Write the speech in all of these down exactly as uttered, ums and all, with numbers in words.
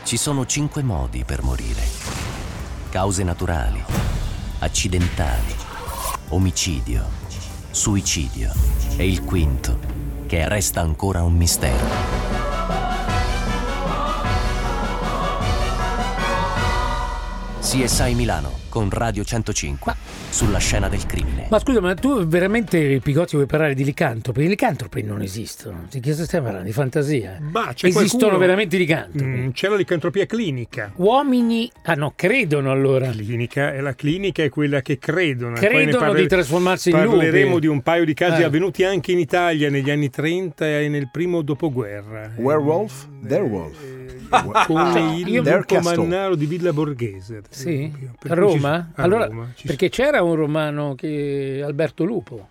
Ci sono cinque modi per morire: cause naturali, accidentali, omicidio, suicidio e il quinto, che resta ancora un mistero. C S I Milano con Radio centocinque ma, sulla scena del crimine. Ma scusa, ma tu veramente, Pigotti, vuoi parlare di licantropi? I licantropi non esistono. Di che stiamo parlando? Di fantasia? Ma c'è Esistono qualcuno... veramente licantropi? Mm, c'è la licantropia clinica. Uomini, ah no, credono allora. Clinica, e la clinica è quella che credono. Credono parle... di trasformarsi in lupi. Parleremo di un paio di casi eh. avvenuti anche in Italia negli anni trenta e nel primo dopoguerra. Werewolf? Eh, Der Wolf. Come cioè, il lupo mannaro di Villa Borghese. Sì, a Roma? A allora, Roma perché c'era un romano che Alberto Lupo.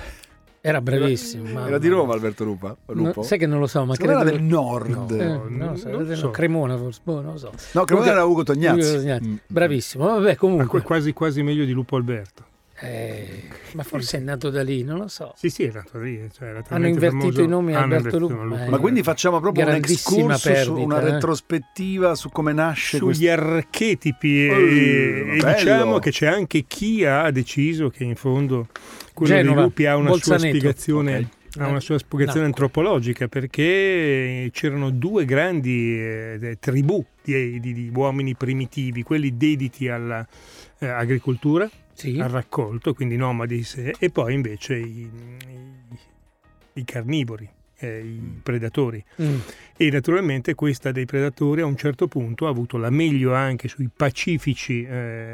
Era bravissimo. Era, ma... era di Roma Alberto Lupa, Lupo? No, sai che non lo so, ma credo credo... era del nord. No, eh, non lo so, non no, so. Cremona forse, boh, non lo so. No, Cremona era Ugo Tognazzi. Ugo Tognazzi. Mm. Bravissimo, vabbè, comunque. Ma quasi quasi meglio di Lupo Alberto. Eh, ma forse è nato da lì, non lo so. Sì, sì, è nato lì. Cioè, hanno invertito famoso... i nomi a Alberto Lupo. Ma, ma quindi facciamo proprio un excursus, perdita, una eh? retrospettiva su come nasce sugli questo... archetipi oh, e, e diciamo che c'è anche chi ha deciso che in fondo quello Genova, dei lupi ha una Bolzaneto. sua spiegazione. Okay. Ha una sua spiegazione no. antropologica, perché c'erano due grandi eh, tribù di, di, di uomini primitivi, quelli dediti all'agricoltura, eh, sì. al raccolto, quindi nomadi, e poi invece i, i, i carnivori, eh, i predatori. Mm. E naturalmente questa dei predatori a un certo punto ha avuto la meglio anche sui pacifici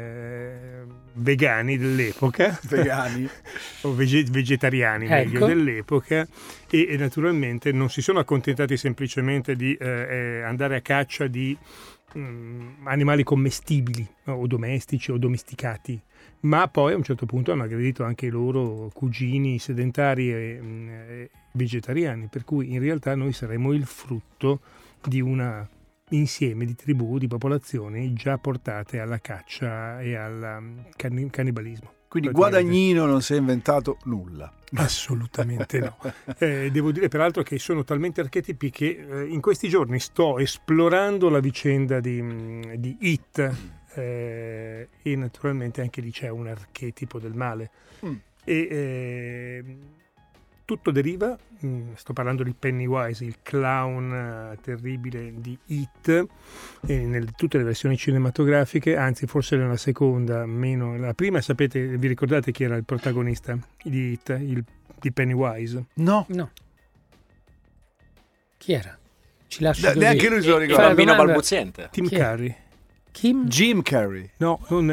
eh, vegani dell'epoca, vegani o vege- vegetariani ecco. meglio dell'epoca, e, e naturalmente non si sono accontentati semplicemente di eh, andare a caccia di mh, animali commestibili, no? O domestici o domesticati, ma poi a un certo punto hanno aggredito anche i loro cugini sedentari e, e vegetariani, per cui in realtà noi saremo il frutto di un insieme di tribù, di popolazioni già portate alla caccia e al can- cannibalismo. Quindi Guadagnino non si è inventato nulla. Assolutamente no. Eh, devo dire peraltro che sono talmente archetipi che eh, in questi giorni sto esplorando la vicenda di, di It, eh, e naturalmente anche lì c'è un archetipo del male. Mm. E eh, tutto deriva, mh, sto parlando di Pennywise, il clown uh, terribile di It, eh, nel tutte le versioni cinematografiche, anzi forse nella seconda meno. La prima, sapete, vi ricordate chi era il protagonista di It, il, di Pennywise? No. No. Chi era? Ci lascio D- neanche lui se lo il ricorda. bambino balbuziente. Tim Chi è? Curry. Kim? Jim Carrey. No, non...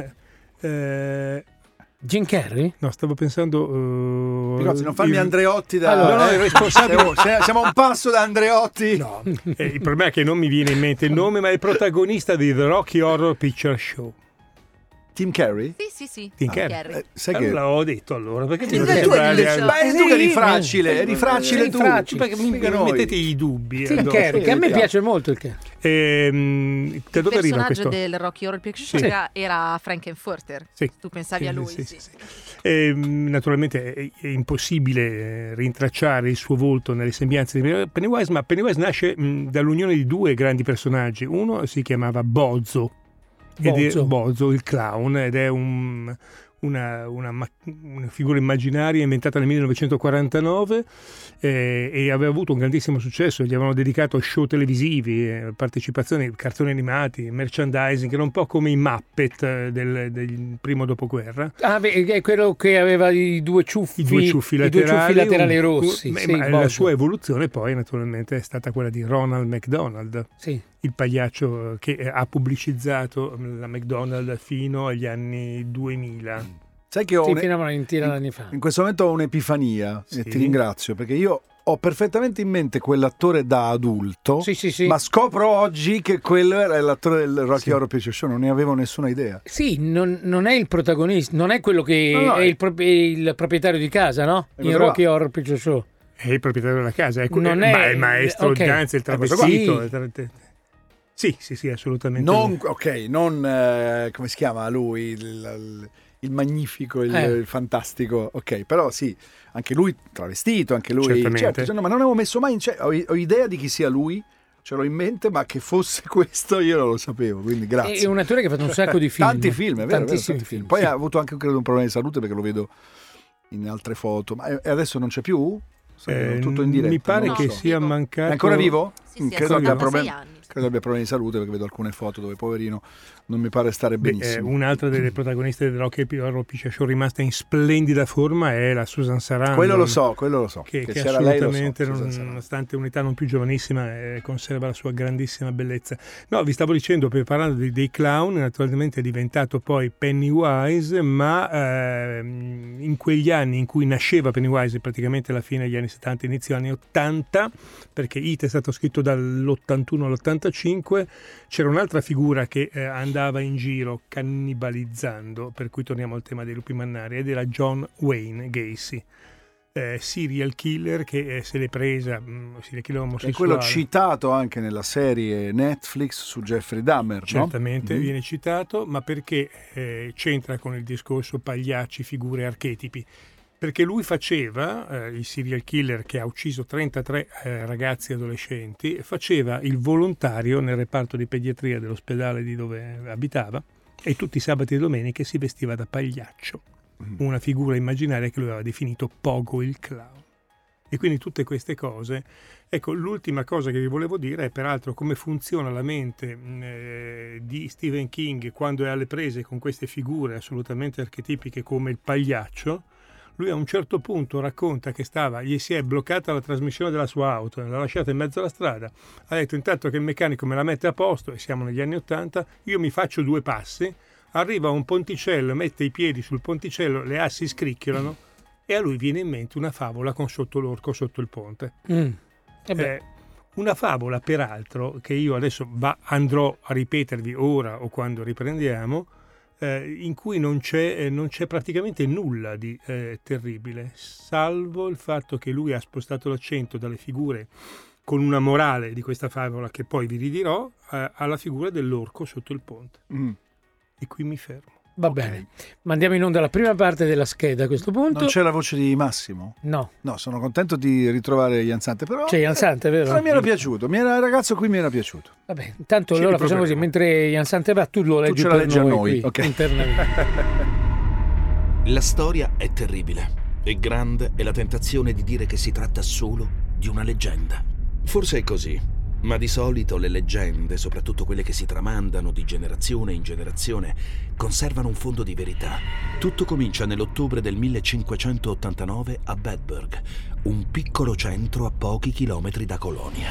Eh, Jim Carrey? No, stavo pensando... Uh, Pigozzi, non farmi il... Andreotti da... Allora, no, il responsabile... siamo, siamo a un passo da Andreotti. No, eh, il problema è che non mi viene in mente il nome, ma è il protagonista di The Rocky Horror Picture Show. Tim Carrey? Sì, sì, sì. Tim Ah, Carrey. Carrey. Eh, sai Allora, che... l'ho detto allora, perché Ti mi tu, sembrare... ma è tu che eri facile, eri facile Eri tu. facile. Perché mi, mi mettete i dubbi. Tim addosso. Carrey, che a me piace molto il Carrey. Ehm, da dove Il arriva personaggio questo? del Rocky Horror Picture Show Sì. era, era Frankenfurter. Sì. Tu pensavi Sì, a lui? sì, Sì. sì, sì. Ehm, naturalmente è, è impossibile eh, rintracciare il suo volto nelle sembianze di Pennywise, ma Pennywise nasce mh, dall'unione di due grandi personaggi. Uno si chiamava Bozo, ed è Bozo. Bozo, il clown, ed è un... Una, una, una figura immaginaria inventata nel millenovecentoquarantanove, eh, e aveva avuto un grandissimo successo. Gli avevano dedicato show televisivi, eh, partecipazioni, cartoni animati, merchandising. Era un po' come i Muppet eh, del, del primo dopoguerra. Ah, beh, è quello che aveva i due ciuffi, I due ciuffi laterali, i due ciuffi laterali un, rossi. Un, sì, ma Bozo. la sua evoluzione poi naturalmente è stata quella di Ronald McDonald, Sì. il pagliaccio che ha pubblicizzato la McDonald's fino agli anni duemila. Sai che ho Sì, un- fino a una ventina in, d'anni fa. in questo momento ho un'epifania, Sì. e ti ringrazio, perché io ho perfettamente in mente quell'attore da adulto, Sì, sì, sì. ma scopro oggi che quello era l'attore del Rocky Sì. Horror Picture Show, non ne avevo nessuna idea. Sì, non, non è il protagonista, non è quello che No, no, è è- il, pro- è il proprietario di casa, no? È In quello Rocky Horror Picture Show. È il proprietario della casa, è, Non ma è- è il maestro ok. di danza, il È questo qua. travestito. Sì. il tra- Sì, sì, sì, assolutamente. Non, ok, non eh, come si chiama lui, il, il- il magnifico, il, Eh. il fantastico, ok, però sì, anche lui travestito, anche lui, Certamente. certo, no, ma non avevo messo mai in... Cioè, ho, ho idea di chi sia lui, ce l'ho in mente, ma che fosse questo io non lo sapevo, quindi grazie. È un attore che ha fatto un sacco di film. Tanti film, è vero, Tantissimi vero, tanti film. Poi sì. ha avuto anche credo un problema di salute, perché lo vedo in altre foto. Ma e adesso non c'è più? Eh, Tutto in diretta. mi pare no? che No, sia vivo. mancato. È ancora vivo? Sì, Mm, sì, credo ha abbia settantasei problemi. anni. Credo abbia problemi di salute, perché vedo alcune foto dove poverino non mi pare stare Beh, benissimo. eh, un'altra delle protagoniste del Rocky Horror Picture Show rimasta in splendida forma è la Susan Sarandon. Quello lo so, quello lo so. Che, che c'era lei, lo so, assolutamente, Susan non- Sarandon. nonostante un'età non più giovanissima, eh, conserva la sua grandissima bellezza. No, vi stavo dicendo, per parlando dei, dei clown, naturalmente è diventato poi Pennywise, ma ehm, in quegli anni in cui nasceva Pennywise, praticamente alla fine degli anni settanta, inizio anni ottanta, perché It è stato scritto dall'ottantuno all'ottantacinque, c'era un'altra figura che eh, andava in giro cannibalizzando, per cui torniamo al tema dei lupi mannari, ed era John Wayne Gacy, eh, serial killer che eh, se l'è presa, mh, serial killer È omosessuale. quello citato anche nella serie Netflix su Jeffrey Dahmer, no? Certamente Mhm. viene citato, ma perché eh, c'entra con il discorso pagliacci, figure, archetipi? Perché lui faceva, eh, il serial killer che ha ucciso trentatré eh, ragazzi adolescenti, faceva il volontario nel reparto di pediatria dell'ospedale di dove abitava, e tutti i sabati e domeniche si vestiva da pagliaccio, una figura immaginaria che lui aveva definito Pogo il clown. E quindi tutte queste cose. Ecco, l'ultima cosa che vi volevo dire è peraltro come funziona la mente mh, eh, di Stephen King quando è alle prese con queste figure assolutamente archetipiche come il pagliaccio. Lui a un certo punto racconta che stava, gli si è bloccata la trasmissione della sua auto, l'ha lasciata in mezzo alla strada, ha detto intanto che il meccanico me la mette a posto, e siamo negli anni Ottanta, io mi faccio due passi, arriva a un ponticello, mette i piedi sul ponticello, le assi scricchiolano, e a lui viene in mente una favola con sotto l'orco sotto il ponte. Mm. Eh beh, Eh, una favola peraltro che io adesso va, andrò a ripetervi ora o quando riprendiamo, eh, in cui non c'è, eh, non c'è praticamente nulla di eh, terribile, salvo il fatto che lui ha spostato l'accento dalle figure con una morale di questa favola che poi vi ridirò, eh, alla figura dell'orco sotto il ponte. Mm. E qui mi fermo. va bene. Mandiamo in onda la prima parte della scheda a questo punto. Non c'è la voce di Massimo? No, No, sono contento di ritrovare Ian Sante, però c'è Ian Sante, vero? però mi era piaciuto, mi era, il ragazzo qui mi era piaciuto. Vabbè, intanto Ci allora facciamo così, riproveremo. mentre Ian Sante va, tu lo leggi ce la per leggi a noi, noi, qui, ok. internamente. La storia è terribile e grande è la tentazione di dire che si tratta solo di una leggenda. Forse è così, ma di solito le leggende, soprattutto quelle che si tramandano di generazione in generazione, conservano un fondo di verità. Tutto comincia nell'ottobre del millecinquecentottantanove a Bedburg, un piccolo centro a pochi chilometri da Colonia.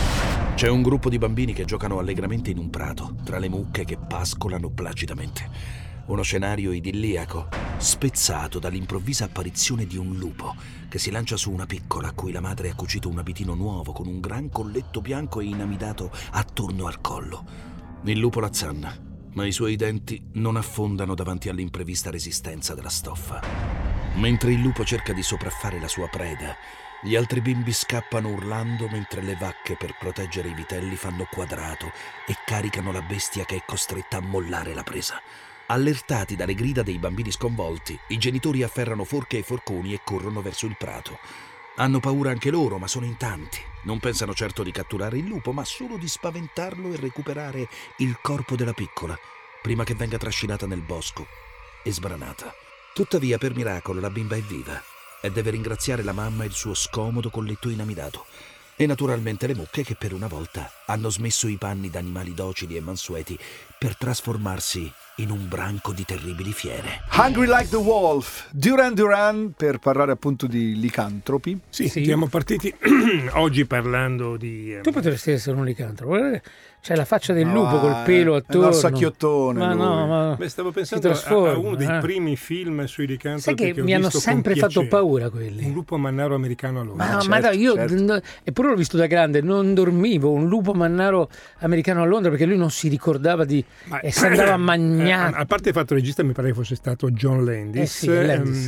C'è un gruppo di bambini che giocano allegramente in un prato, tra le mucche che pascolano placidamente. Uno scenario idilliaco, spezzato dall'improvvisa apparizione di un lupo che si lancia su una piccola a cui la madre ha cucito un abitino nuovo con un gran colletto bianco e inamidato attorno al collo. Il lupo la zanna, ma i suoi denti non affondano davanti all'imprevista resistenza della stoffa. Mentre il lupo cerca di sopraffare la sua preda, gli altri bimbi scappano urlando mentre le vacche, per proteggere i vitelli, fanno quadrato e caricano la bestia che è costretta a mollare la presa. Allertati dalle grida dei bambini sconvolti, i genitori afferrano forche e forconi e corrono verso il prato. Hanno paura anche loro, ma sono in tanti. Non pensano certo di catturare il lupo, ma solo di spaventarlo e recuperare il corpo della piccola, prima che venga trascinata nel bosco e sbranata. Tuttavia, per miracolo, la bimba è viva e deve ringraziare la mamma e il suo scomodo colletto inamidato. E naturalmente le mucche che per una volta hanno smesso i panni da animali docili e mansueti per trasformarsi in un branco di terribili fiere. Hungry Like the Wolf, Duran Duran, per parlare appunto di licantropi. Sì, Sì. siamo partiti oggi parlando di... eh, Tu potresti essere un licantropo. Guarda, c'è la faccia del Ma lupo va, col pelo eh, attorno. è un sacchiottone Ma lui. no, ma Beh, stavo si pensando a, trasforma, a uno dei eh. primi film sui Sai licantropi che ho mi hanno visto con sempre fatto piacere. paura quelli. Un lupo mannaro americano a Londra. Ma, Ah, ma certo, no, io certo. no, eppure l'ho visto da grande, non dormivo, un lupo mannaro americano a Londra, perché lui non si ricordava di Ma- e si andava a Eh, mangiare. a parte il fatto regista mi pare che fosse stato John Landis, Eh sì, Landis. ehm,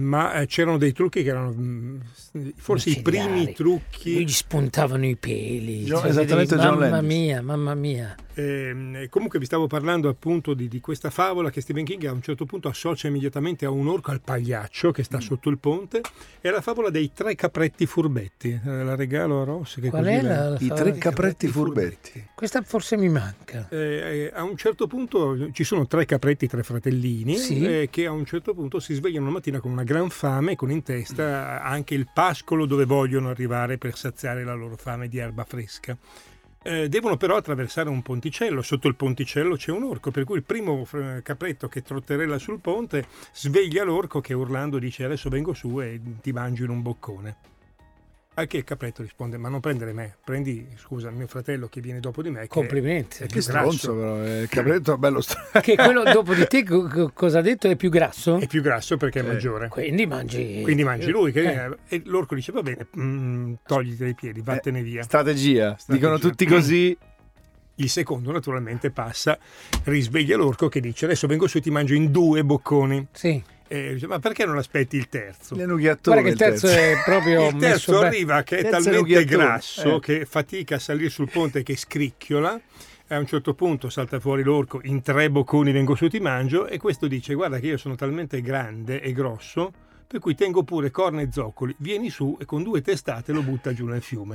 ma eh, c'erano dei trucchi che erano mh, forse i primi trucchi. Lui gli spuntavano i peli. John, cioè, esattamente vedevi, John mamma Landis. mia, mamma mia. Eh, comunque vi stavo parlando appunto di, di questa favola che Stephen King a un certo punto associa immediatamente a un orco, al pagliaccio che sta sotto il ponte. È la favola dei tre capretti furbetti. Eh, la regalo a Ross. Che Qual così è la- la, la I favola tre di- capretti furbetti. Questa forse mi manca. Eh, eh, a un certo punto ci sono tre capretti, tre fratellini, Sì. eh, che a un certo punto si svegliano una mattina con una gran fame, con in testa anche il pascolo dove vogliono arrivare per saziare la loro fame di erba fresca. Eh, devono però attraversare un ponticello, sotto il ponticello c'è un orco, per cui il primo eh, capretto che trotterella sul ponte sveglia l'orco che urlando dice adesso vengo su e ti mangio in un boccone. Al che il capretto risponde ma non prendere me, prendi scusa mio fratello che viene dopo di me che Complimenti. è Che più stronzo grasso. però, eh, il capretto è bello stronzo. Che quello dopo di te co- co- cosa ha detto è più grasso? È più grasso perché è Eh. maggiore. Quindi mangi. Quindi mangi lui che- Eh. e l'orco dice va bene, mm, togliti dai piedi, vattene via. Strategia. Strategia. Dicono tutti così. Il secondo naturalmente passa, risveglia l'orco che dice adesso vengo su e ti mangio in due bocconi. Sì. E dice, ma perché non aspetti il terzo? Le nughiattone. Guarda che il terzo è proprio Il messo terzo bene. arriva che è Terzo è talmente l'ughiattone, grasso eh. che fatica a salire sul ponte che scricchiola. A un certo punto salta fuori l'orco, in tre bocconi vengo su ti mangio, e questo dice guarda che io sono talmente grande e grosso per cui tengo pure corna e zoccoli, vieni su e con due testate lo butta giù nel fiume.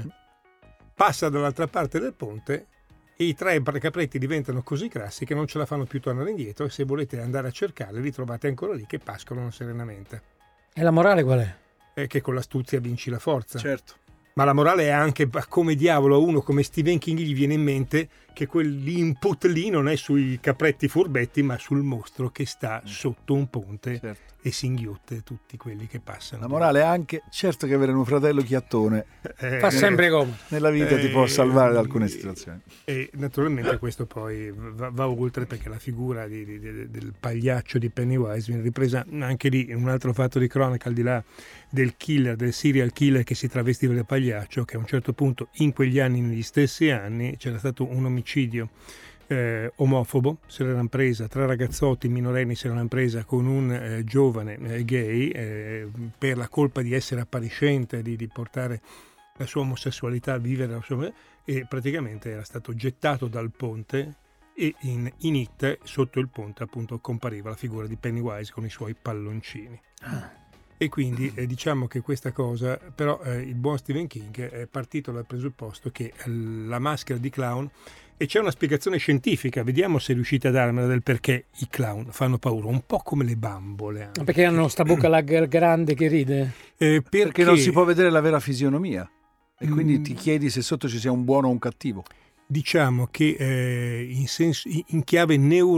Passa dall'altra parte del ponte e i tre capretti diventano così grassi che non ce la fanno più tornare indietro e se volete andare a cercarli li trovate ancora lì che pascolano serenamente. E la morale qual è? E che con l'astuzia vinci la forza. Certo. Ma la morale è anche come diavolo a uno come Stephen King gli viene in mente che quell'input lì non è sui capretti furbetti ma sul mostro che sta sotto un ponte Certo. e singhiotte tutti quelli che passano. La morale è anche, certo che avere un fratello chiattone Eh, Fa sempre comodo. nella vita ti può eh, salvare da alcune situazioni. E naturalmente questo poi va, va oltre perché la figura di- di- di- del pagliaccio di Pennywise viene ripresa anche lì in un altro fatto di cronaca al di là del killer, del serial killer che si travestiva da pagliaccio, che a un certo punto in quegli anni, negli stessi anni, c'era stato un omicidio eh, omofobo, se l'erano presa, tre ragazzotti minorenni se l'erano presa con un eh, giovane eh, gay eh, per la colpa di essere appariscente, di, di portare la sua omosessualità a vivere la sua, e praticamente era stato gettato dal ponte e in, in It sotto il ponte appunto compariva la figura di Pennywise con i suoi palloncini. E quindi eh, diciamo che questa cosa, però eh, il buon Stephen King è partito dal presupposto che eh, la maschera di clown, e c'è una spiegazione scientifica, vediamo se riuscite a darmela del perché i clown fanno paura, un po' come le bambole anche. Perché hanno sta bocca la g- grande che ride? Eh, perché, Perché non si può vedere la vera fisionomia. E quindi Mm. ti chiedi se sotto ci sia un buono o un cattivo. Diciamo che eh, in, senso, in chiave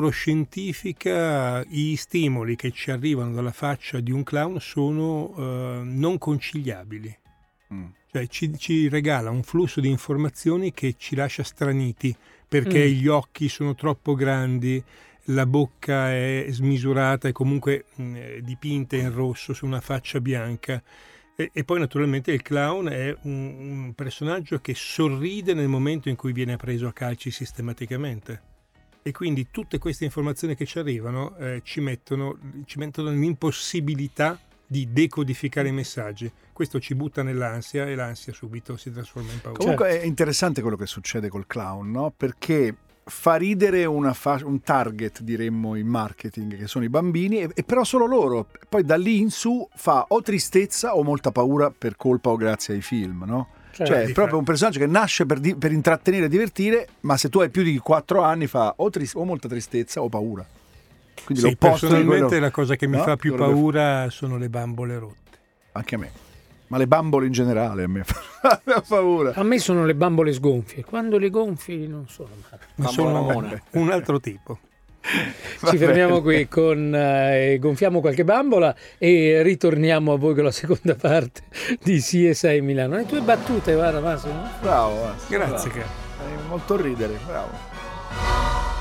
neuroscientifica i stimoli che ci arrivano dalla faccia di un clown sono eh, non conciliabili. Mm. Cioè ci, ci regala un flusso di informazioni che ci lascia straniti perché Mm. gli occhi sono troppo grandi, la bocca è smisurata e comunque mh, dipinta in rosso su una faccia bianca. E, e poi naturalmente il clown è un, un personaggio che sorride nel momento in cui viene preso a calci sistematicamente. E quindi tutte queste informazioni che ci arrivano eh, ci mettono, ci mettono nell'impossibilità di decodificare i messaggi. Questo ci butta nell'ansia e l'ansia subito si trasforma in paura. Comunque è interessante quello che succede col clown, no? Perché fa ridere una fa- un target, diremmo in marketing, che sono i bambini, e, e però solo loro. Poi da lì in su fa o tristezza o molta paura per colpa o grazie ai film, no? Cioè, Cioè è di proprio fa- un personaggio che nasce per, di- per intrattenere e divertire, ma se tu hai più di quattro anni fa o, tris- o molta tristezza o paura. Quindi Sì, l'opposto di personalmente quello... la cosa che mi No? fa più Dovrebbe- paura sono le bambole rotte. Anche a me. Ma le bambole in generale a me fanno paura. A me sono le bambole sgonfie. Quando le gonfi non sono male. Ma Bambola sono Ramone. un altro tipo. Va Ci fermiamo bene. qui con eh, gonfiamo qualche bambola e ritorniamo a voi con la seconda parte di C S I Milano. Le tue battute, guarda Massimo. Bravo, Massimo, Grazie, bravo. caro. Fai molto ridere, bravo.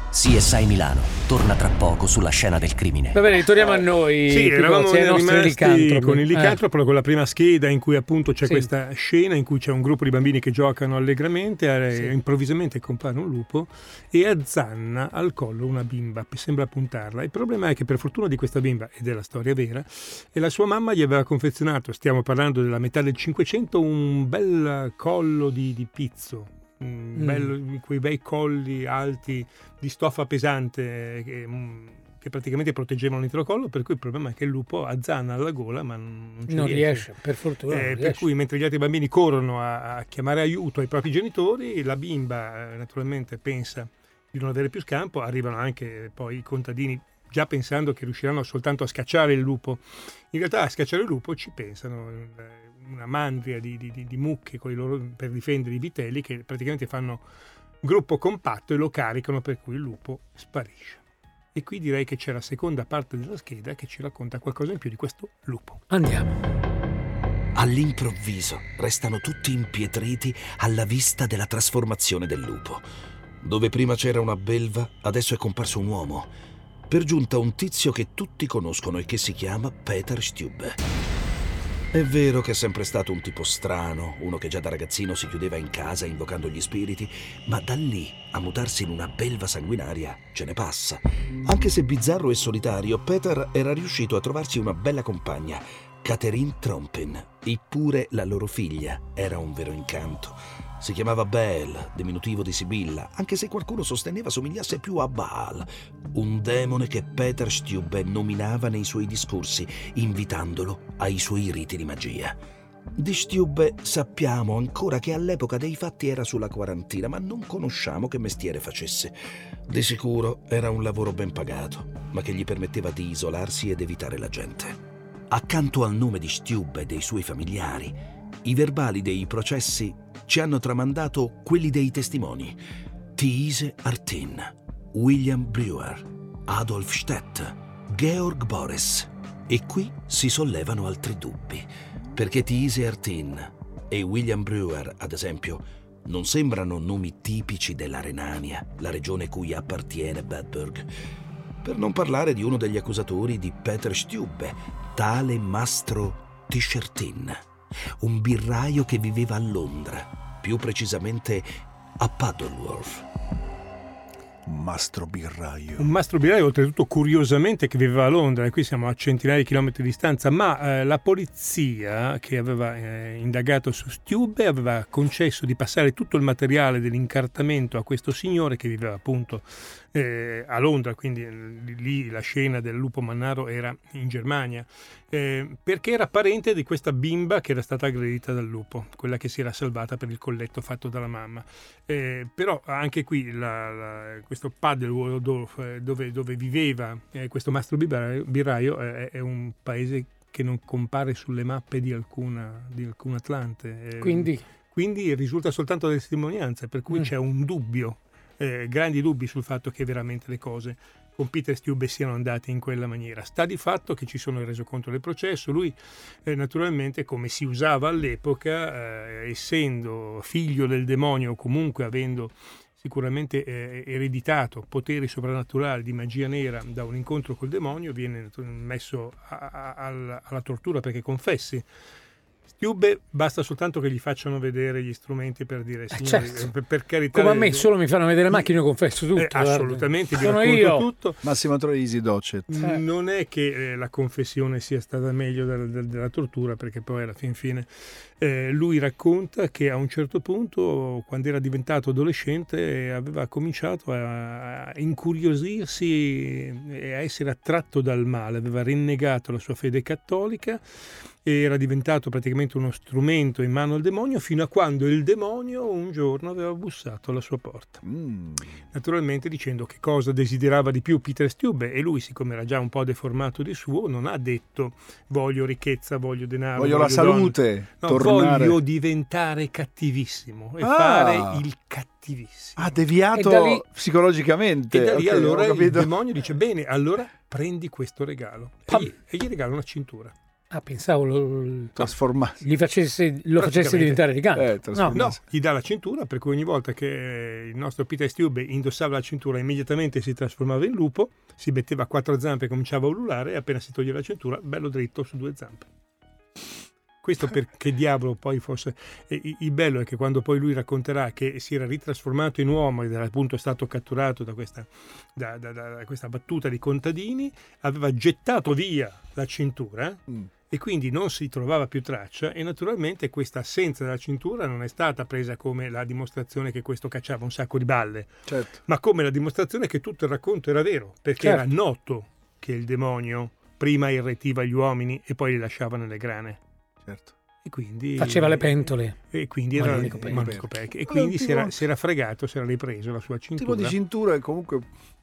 C S I Milano torna tra poco sulla scena del crimine. Va bene, torniamo a noi. Sì, eravamo rimasti licantropi. con il licantropo, eh. con la prima scheda in cui appunto c'è sì. questa scena in cui c'è un gruppo di bambini che giocano allegramente, sì. e improvvisamente compare un lupo e azzanna al collo una bimba, sembra puntarla. Il problema è che per fortuna di questa bimba, ed è la storia vera, e la sua mamma gli aveva confezionato, stiamo parlando della metà del Cinquecento, un bel collo di, di pizzo. Mm. Bello, quei bei colli alti di stoffa pesante che, che praticamente proteggevano l'intero collo, per cui il problema è che il lupo azzanna alla gola ma non, ci non riesce. riesce, per fortuna eh, non per riesce. cui mentre gli altri bambini corrono a, a chiamare aiuto ai propri genitori, la bimba eh, naturalmente pensa di non avere più scampo. Arrivano anche poi i contadini già pensando che riusciranno soltanto a scacciare il lupo. In realtà a scacciare il lupo ci pensano eh, una mandria di, di, di mucche con i loro, per difendere i vitelli, che praticamente fanno gruppo compatto e lo caricano, per cui il lupo sparisce. E qui direi che c'è la seconda parte della scheda che ci racconta qualcosa in più di questo lupo. Andiamo. All'improvviso restano tutti impietriti alla vista della trasformazione del lupo. Dove prima c'era una belva, adesso è comparso un uomo. Per giunta un tizio che tutti conoscono e che si chiama Peter Stube. È vero che è sempre stato un tipo strano, uno che già da ragazzino si chiudeva in casa invocando gli spiriti, ma da lì a mutarsi in una belva sanguinaria ce ne passa. Anche se bizzarro e solitario, Peter era riuscito a trovarsi una bella compagna, Catherine Trompin, eppure la loro figlia era un vero incanto. Si chiamava Bel, diminutivo di Sibilla, anche se qualcuno sosteneva somigliasse più a Baal, un demone che Peter Stube nominava nei suoi discorsi, invitandolo ai suoi riti di magia. Di Stube sappiamo ancora che all'epoca dei fatti era sulla quarantina, ma non conosciamo che mestiere facesse. Di sicuro era un lavoro ben pagato, ma che gli permetteva di isolarsi ed evitare la gente. Accanto al nome di Stube e dei suoi familiari, i verbali dei processi ci hanno tramandato quelli dei testimoni: Thies Artin, William Brewer, Adolf Stett, Georg Boris. E qui si sollevano altri dubbi, perché Thies Artin e William Brewer, ad esempio, non sembrano nomi tipici della Renania, la regione cui appartiene Bedburg. Per non parlare di uno degli accusatori di Peter Stube, tale Mastro Tischertin, un birraio che viveva a Londra, più precisamente a Puddleworth. Mastro birraio. Un mastro birraio, oltretutto curiosamente, che viveva a Londra, e qui siamo a centinaia di chilometri di distanza, ma eh, la polizia che aveva eh, indagato su Stube aveva concesso di passare tutto il materiale dell'incartamento a questo signore che viveva appunto eh, a Londra, quindi lì la scena del lupo mannaro era in Germania, eh, perché era parente di questa bimba che era stata aggredita dal lupo, quella che si era salvata per il colletto fatto dalla mamma. Eh, però anche qui la, la, questo Puddleworth dove, dove viveva eh, questo mastro birraio, birraio eh, è un paese che non compare sulle mappe di, alcuna, di alcun Atlante. Eh, Quindi? Quindi risulta soltanto da testimonianze, per cui mm. c'è un dubbio, eh, grandi dubbi sul fatto che veramente le cose con Peter Stube siano andate in quella maniera. Sta di fatto che ci sono il resoconto del processo. Lui eh, naturalmente, come si usava all'epoca, eh, essendo figlio del demonio o comunque avendo sicuramente eh, ereditato poteri soprannaturali di magia nera da un incontro col demonio, viene messo a, a, alla, alla tortura perché confessi. Stube basta soltanto che gli facciano vedere gli strumenti per dire eh, signori, certo. per, per carità. Come a me solo mi fanno vedere le macchine, io confesso tutto. Eh, assolutamente, vi sono racconto io. tutto. Massimo Troisi Docet. Eh. Non è che eh, la confessione sia stata meglio della, della, della tortura, perché poi alla fin fine eh, lui racconta che a un certo punto, quando era diventato adolescente, aveva cominciato a, a incuriosirsi e a essere attratto dal male, aveva rinnegato la sua fede cattolica e era diventato praticamente uno strumento in mano al demonio, fino a quando il demonio un giorno aveva bussato alla sua porta. Mm. Naturalmente dicendo che cosa desiderava di più Peter Stube, e lui, siccome era già un po' deformato di suo, non ha detto voglio ricchezza, voglio denaro, voglio, voglio la salute, no, tornare. voglio diventare cattivissimo e ah. fare il cattivissimo. Ah, deviato e da lì, psicologicamente. E da lì okay, allora il demonio dice bene, allora prendi questo regalo e gli, e gli regala una cintura. Ah, pensavo lo, trasformarsi. Gli facesse, lo facesse diventare ricante. Eh, no. No, gli dà la cintura, per cui ogni volta che il nostro Peter Stube indossava la cintura immediatamente si trasformava in lupo, si metteva a quattro zampe e cominciava a ululare, e appena si toglieva la cintura, bello dritto su due zampe. Questo perché diavolo poi fosse... E il bello è che quando poi lui racconterà che si era ritrasformato in uomo ed era appunto stato catturato da questa, da, da, da questa battuta di contadini, aveva gettato via la cintura, mm. e quindi non si trovava più traccia, e naturalmente questa assenza della cintura non è stata presa come la dimostrazione che questo cacciava un sacco di balle, certo. ma come la dimostrazione che tutto il racconto era vero, perché certo. era noto che il demonio prima irretiva gli uomini e poi li lasciava nelle grane. Certo. E quindi faceva le pentole e quindi era Manico Pecchi, e quindi si era, si era fregato, si era ripreso la sua cintura. Tipo di cintura è comunque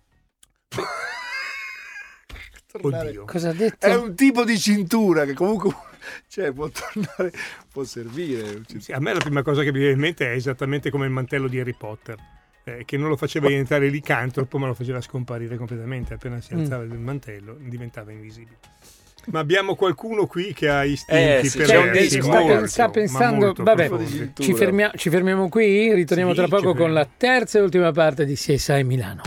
Oddio. Cosa ha detto? È un tipo di cintura che comunque cioè, può tornare, può servire. Sì, a me la prima cosa che mi viene in mente è esattamente come il mantello di Harry Potter, eh, che non lo faceva diventare licantropo, ma lo faceva scomparire completamente. Appena si alzava mm. il mantello diventava invisibile. Ma abbiamo qualcuno qui che ha istinti eh, sì, perversi, sta, molto, sta pensando, vabbè, ci, fermia, ci fermiamo qui, ritorniamo sì, tra poco con la terza e ultima parte di C S I Milano.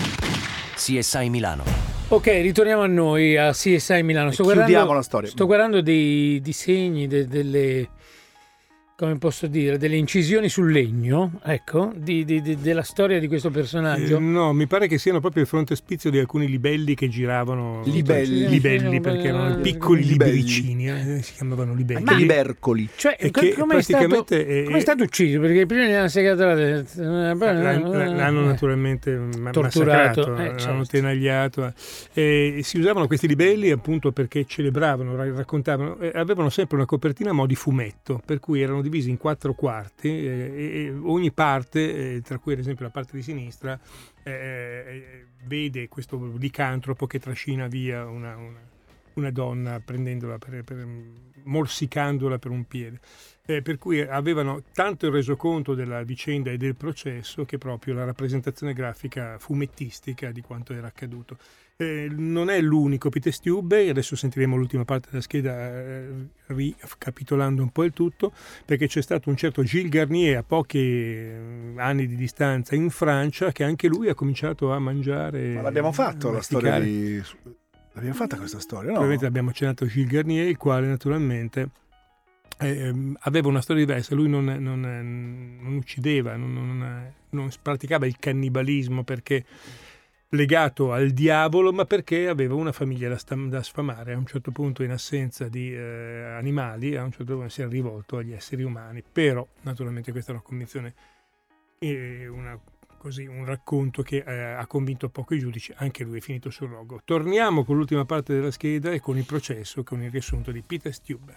C S I Milano. Ok, ritorniamo a noi, a C S I Milano. Sto Chiudiamo guardando, la storia. Sto guardando dei disegni, de, delle... come posso dire, delle incisioni sul legno, ecco, di, di, di, della storia di questo personaggio. Eh, no, mi pare che siano proprio il frontespizio di alcuni libelli che giravano. Libelli. Libelli, perché erano piccoli libricini, eh, si chiamavano libelli. Ma libercoli. Cioè, e come, che come, è stato, è, come è stato ucciso? Perché prima gli hanno segato la testa. L'hanno, l'hanno naturalmente torturato, massacrato, eh, l'hanno certo. tenagliato. E si usavano questi libelli appunto perché celebravano, raccontavano, avevano sempre una copertina a mo' di fumetto, per cui erano divisi in quattro quarti eh, e ogni parte, eh, tra cui ad esempio la parte di sinistra, eh, vede questo licantropo che trascina via una, una, una donna prendendola per, per, morsicandola per un piede. Eh, per cui avevano tanto il resoconto della vicenda e del processo che proprio la rappresentazione grafica fumettistica di quanto era accaduto. Eh, non è l'unico Peter Stube, adesso sentiremo l'ultima parte della scheda eh, ricapitolando un po' il tutto, perché c'è stato un certo Gilles Garnier a pochi eh, anni di distanza in Francia che anche lui ha cominciato a mangiare. Ma l'abbiamo fatto la storia di... L'abbiamo fatta questa storia, no? Probabilmente abbiamo accennato Gilles Garnier, il quale naturalmente eh, aveva una storia diversa. Lui non, non, non uccideva, non, non, non praticava il cannibalismo perché legato al diavolo, ma perché aveva una famiglia da, sta, da sfamare. A un certo punto, in assenza di eh, animali, a un certo punto si è rivolto agli esseri umani. Però naturalmente questa è una convinzione, eh, una così un racconto che eh, ha convinto poco i giudici. Anche lui è finito sul rogo. Torniamo con l'ultima parte della scheda e con il processo, con il riassunto di Peter Stube.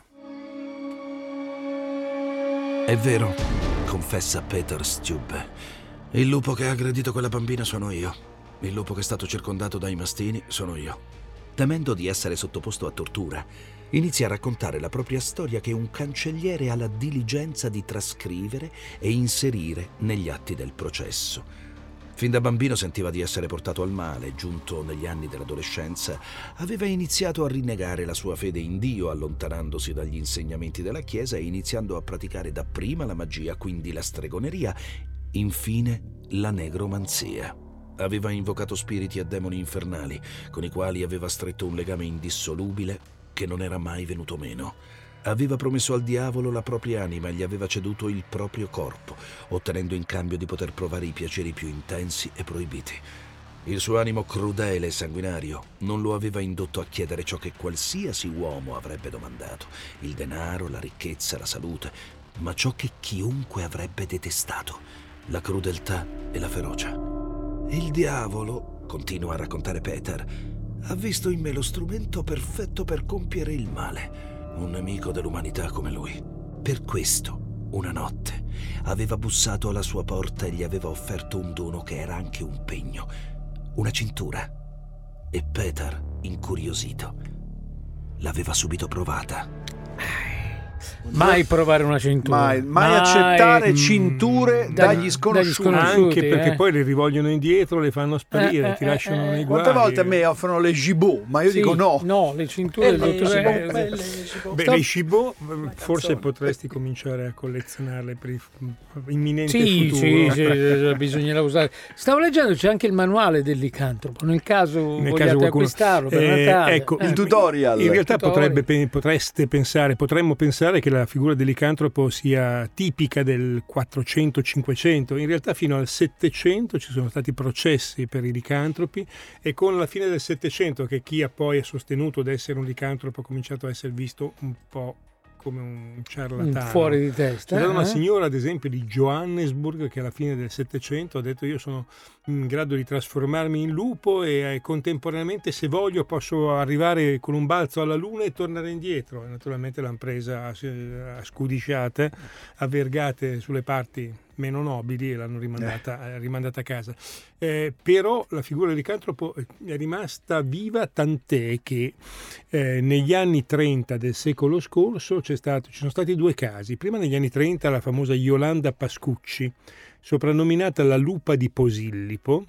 È vero, confessa Peter Stube. Il lupo che ha aggredito quella bambina sono io. Il lupo che è stato circondato dai mastini sono io. Temendo di essere sottoposto a tortura, inizia a raccontare la propria storia che un cancelliere ha la diligenza di trascrivere e inserire negli atti del processo. Fin da bambino sentiva di essere portato al male. Giunto negli anni dell'adolescenza, aveva iniziato a rinnegare la sua fede in Dio, allontanandosi dagli insegnamenti della Chiesa e iniziando a praticare dapprima la magia, quindi la stregoneria, infine la negromanzia. Aveva invocato spiriti e demoni infernali, con i quali aveva stretto un legame indissolubile che non era mai venuto meno. Aveva promesso al diavolo la propria anima e gli aveva ceduto il proprio corpo, ottenendo in cambio di poter provare i piaceri più intensi e proibiti. Il suo animo crudele e sanguinario non lo aveva indotto a chiedere ciò che qualsiasi uomo avrebbe domandato: il denaro, la ricchezza, la salute, ma ciò che chiunque avrebbe detestato: la crudeltà e la ferocia. Il diavolo, continua a raccontare Peter, ha visto in me lo strumento perfetto per compiere il male, un nemico dell'umanità come lui. Per questo, una notte, aveva bussato alla sua porta e gli aveva offerto un dono che era anche un pegno, una cintura. E Peter, incuriosito, l'aveva subito provata. Mai provare una cintura. Mai, mai accettare cinture da- dagli sconosciuti. dagli sconosciuti. Anche perché eh. poi le rivogliono indietro, le fanno sparire, Eh, eh, ti lasciano eh, nei eh. guai. Quante volte a me offrono le Gibot, ma io Sì, dico no. No, le cinture Eh, del le dottore. Gibot, belle, le Gibot. Beh, Sto- le Cibot forse potresti cominciare a collezionarle per il f- imminente Sì, futuro. sì, sì, sì, bisognerà usare. Stavo leggendo, c'è anche il manuale del licantropo, nel caso Nel vogliate caso qualcuno- acquistarlo per Eh, Natale. ecco, Eh. il tutorial. In realtà Tutorial. potrebbe, pe- potreste pensare, potremmo pensare che la figura del licantropo sia tipica del quattrocento cinquecento. In realtà fino al settecento ci sono stati processi per i licantropi e con la fine del settecento, che chi ha poi sostenuto di essere un licantropo ha cominciato a essere visto un po' come un ciarlatano. Fuori di testa. C'è stata una eh? signora, ad esempio, di Johannesburg, che alla fine del Settecento ha detto: io sono in grado di trasformarmi in lupo e eh, contemporaneamente, se voglio, posso arrivare con un balzo alla luna e tornare indietro. E naturalmente l'hanno presa a, a scudisciate, a vergate sulle parti meno nobili e l'hanno rimandata, eh. rimandata a casa. Eh, però la figura del licantropo è rimasta viva, tant'è che eh, negli anni trenta del secolo scorso c'è stato, ci sono stati due casi. Prima, negli anni trenta, la famosa Yolanda Pascucci, soprannominata la lupa di Posillipo,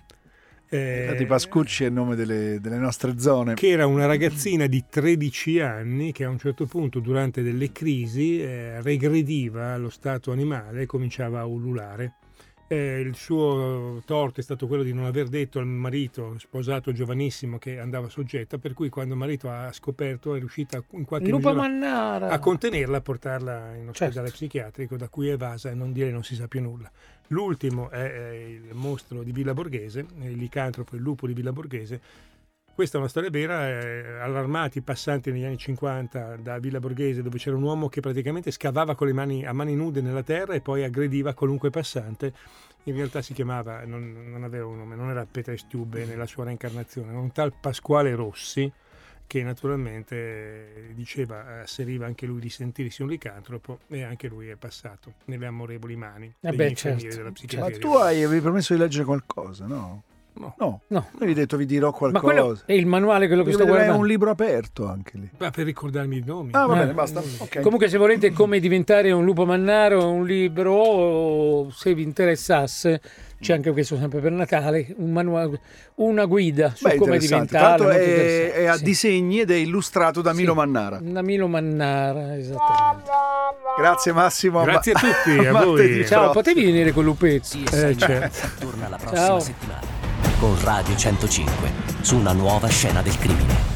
eh, Di Pascucci è il nome delle, delle nostre zone. che era una ragazzina di tredici anni che a un certo punto, durante delle crisi, eh, regrediva allo stato animale e cominciava a ululare. Eh, il suo torto è stato quello di non aver detto al marito, sposato giovanissimo, che andava soggetta, per cui quando il marito ha scoperto è riuscita in qualche Lupa misura Mannara. a contenerla, a portarla in ospedale Certo. psichiatrico, da cui è evasa e non dire non si sa più nulla. L'ultimo è eh, il mostro di Villa Borghese, il licantropo, il lupo di Villa Borghese. Questa è una storia vera, eh, allarmati passanti negli anni cinquanta da Villa Borghese, dove c'era un uomo che praticamente scavava con le mani a mani nude nella terra e poi aggrediva qualunque passante. In realtà si chiamava, non, non aveva un nome, non era Petre Stube nella sua reincarnazione, era un tal Pasquale Rossi, che naturalmente diceva, asseriva anche lui di sentirsi un licantropo, e anche lui è passato nelle amorevoli mani Eh degli beh, infermieri certo, della Ma psichiatria. tu hai, avevi promesso di leggere qualcosa, no? No. No. No. Avevi detto vi dirò Ma qualcosa. quello è il manuale, quello che Io sto vedrei guardando. un libro aperto anche lì. Ma per ricordarmi i nomi. Ah, va Eh. bene, basta. Ok. Comunque, se volete come diventare un lupo mannaro, un libro, o se vi interessasse, c'è anche questo sempre per Natale, un manuale, una guida su Beh, come interessante. diventare. Tanto è, è a sì. disegni ed è illustrato da Milo Mannara. Da Milo Mannara, esattamente. Grazie Massimo. Grazie a tutti, a martedì voi. Ciao, prossimo. potevi venire con Lupezzo? Sì, Eh, esatto. certo. Torna la prossima Ciao. settimana con Radio centocinque su una nuova scena del crimine.